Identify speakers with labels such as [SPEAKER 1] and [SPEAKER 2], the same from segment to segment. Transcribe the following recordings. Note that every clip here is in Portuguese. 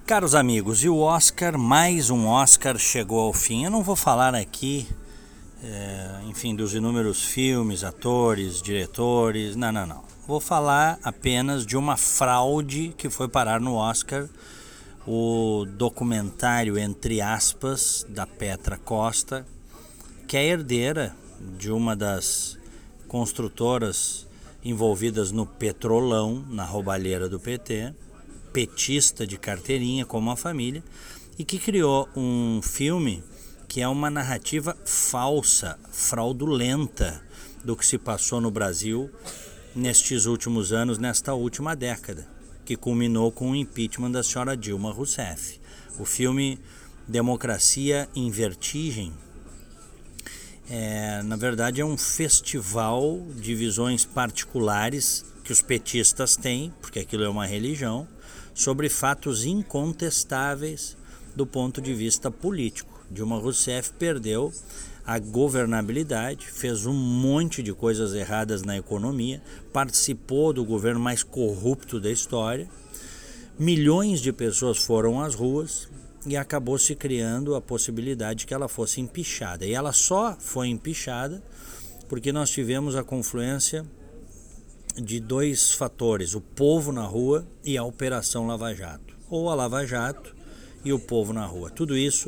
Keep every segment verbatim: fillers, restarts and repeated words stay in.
[SPEAKER 1] Caros amigos, e o Oscar, mais um Oscar chegou ao fim. Eu não vou falar aqui, é, enfim, dos inúmeros filmes, atores, diretores, não, não, não. Vou falar apenas de uma fraude que foi parar no Oscar, o documentário, entre aspas, da Petra Costa, que é herdeira de uma das construtoras envolvidas no Petrolão, na roubalheira do P T, petista de carteirinha como a família, e que criou um filme que é uma narrativa falsa, fraudulenta do que se passou no Brasil nestes últimos anos, nesta última década, que culminou com o impeachment da senhora Dilma Rousseff. O filme Democracia em Vertigem é, na verdade, é um festival de visões particulares que os petistas têm, porque aquilo é uma religião, sobre fatos incontestáveis do ponto de vista político. Dilma Rousseff perdeu a governabilidade, fez um monte de coisas erradas na economia, participou do governo mais corrupto da história, milhões de pessoas foram às ruas e acabou se criando a possibilidade que ela fosse empichada. E ela só foi empichada porque nós tivemos a confluência de dois fatores: o povo na rua e a Operação Lava Jato, ou a Lava Jato e o povo na rua. Tudo isso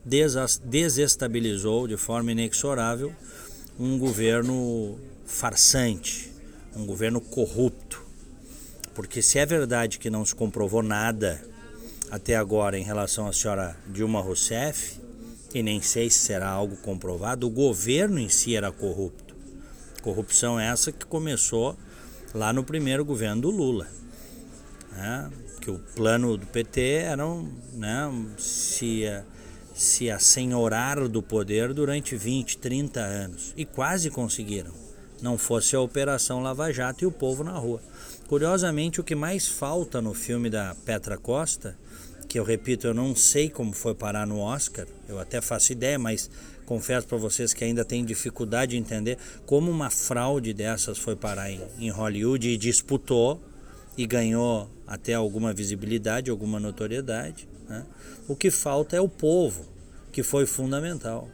[SPEAKER 1] desestabilizou de forma inexorável um governo farsante, um governo corrupto. Porque se é verdade que não se comprovou nada até agora em relação à senhora Dilma Rousseff, e nem sei se será algo comprovado, o governo em si era corrupto. Corrupção essa que começou lá no primeiro governo do Lula, né? Que o plano do P T era, né, se, se assenhorar do poder durante vinte, trinta anos, e quase conseguiram, não fosse a Operação Lava Jato e o povo na rua. Curiosamente, o que mais falta no filme da Petra Costa, que eu repito, eu não sei como foi parar no Oscar, eu até faço ideia, mas confesso para vocês que ainda tenho dificuldade de entender como uma fraude dessas foi parar em, em Hollywood e disputou e ganhou até alguma visibilidade, alguma notoriedade, né? O que falta é o povo, que foi fundamental,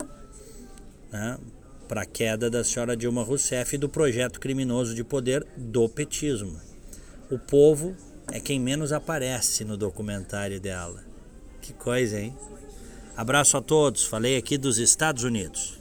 [SPEAKER 1] né, para a queda da senhora Dilma Rousseff e do projeto criminoso de poder do petismo. O povo é quem menos aparece no documentário dela. Que coisa, hein? Abraço a todos. Falei aqui dos Estados Unidos.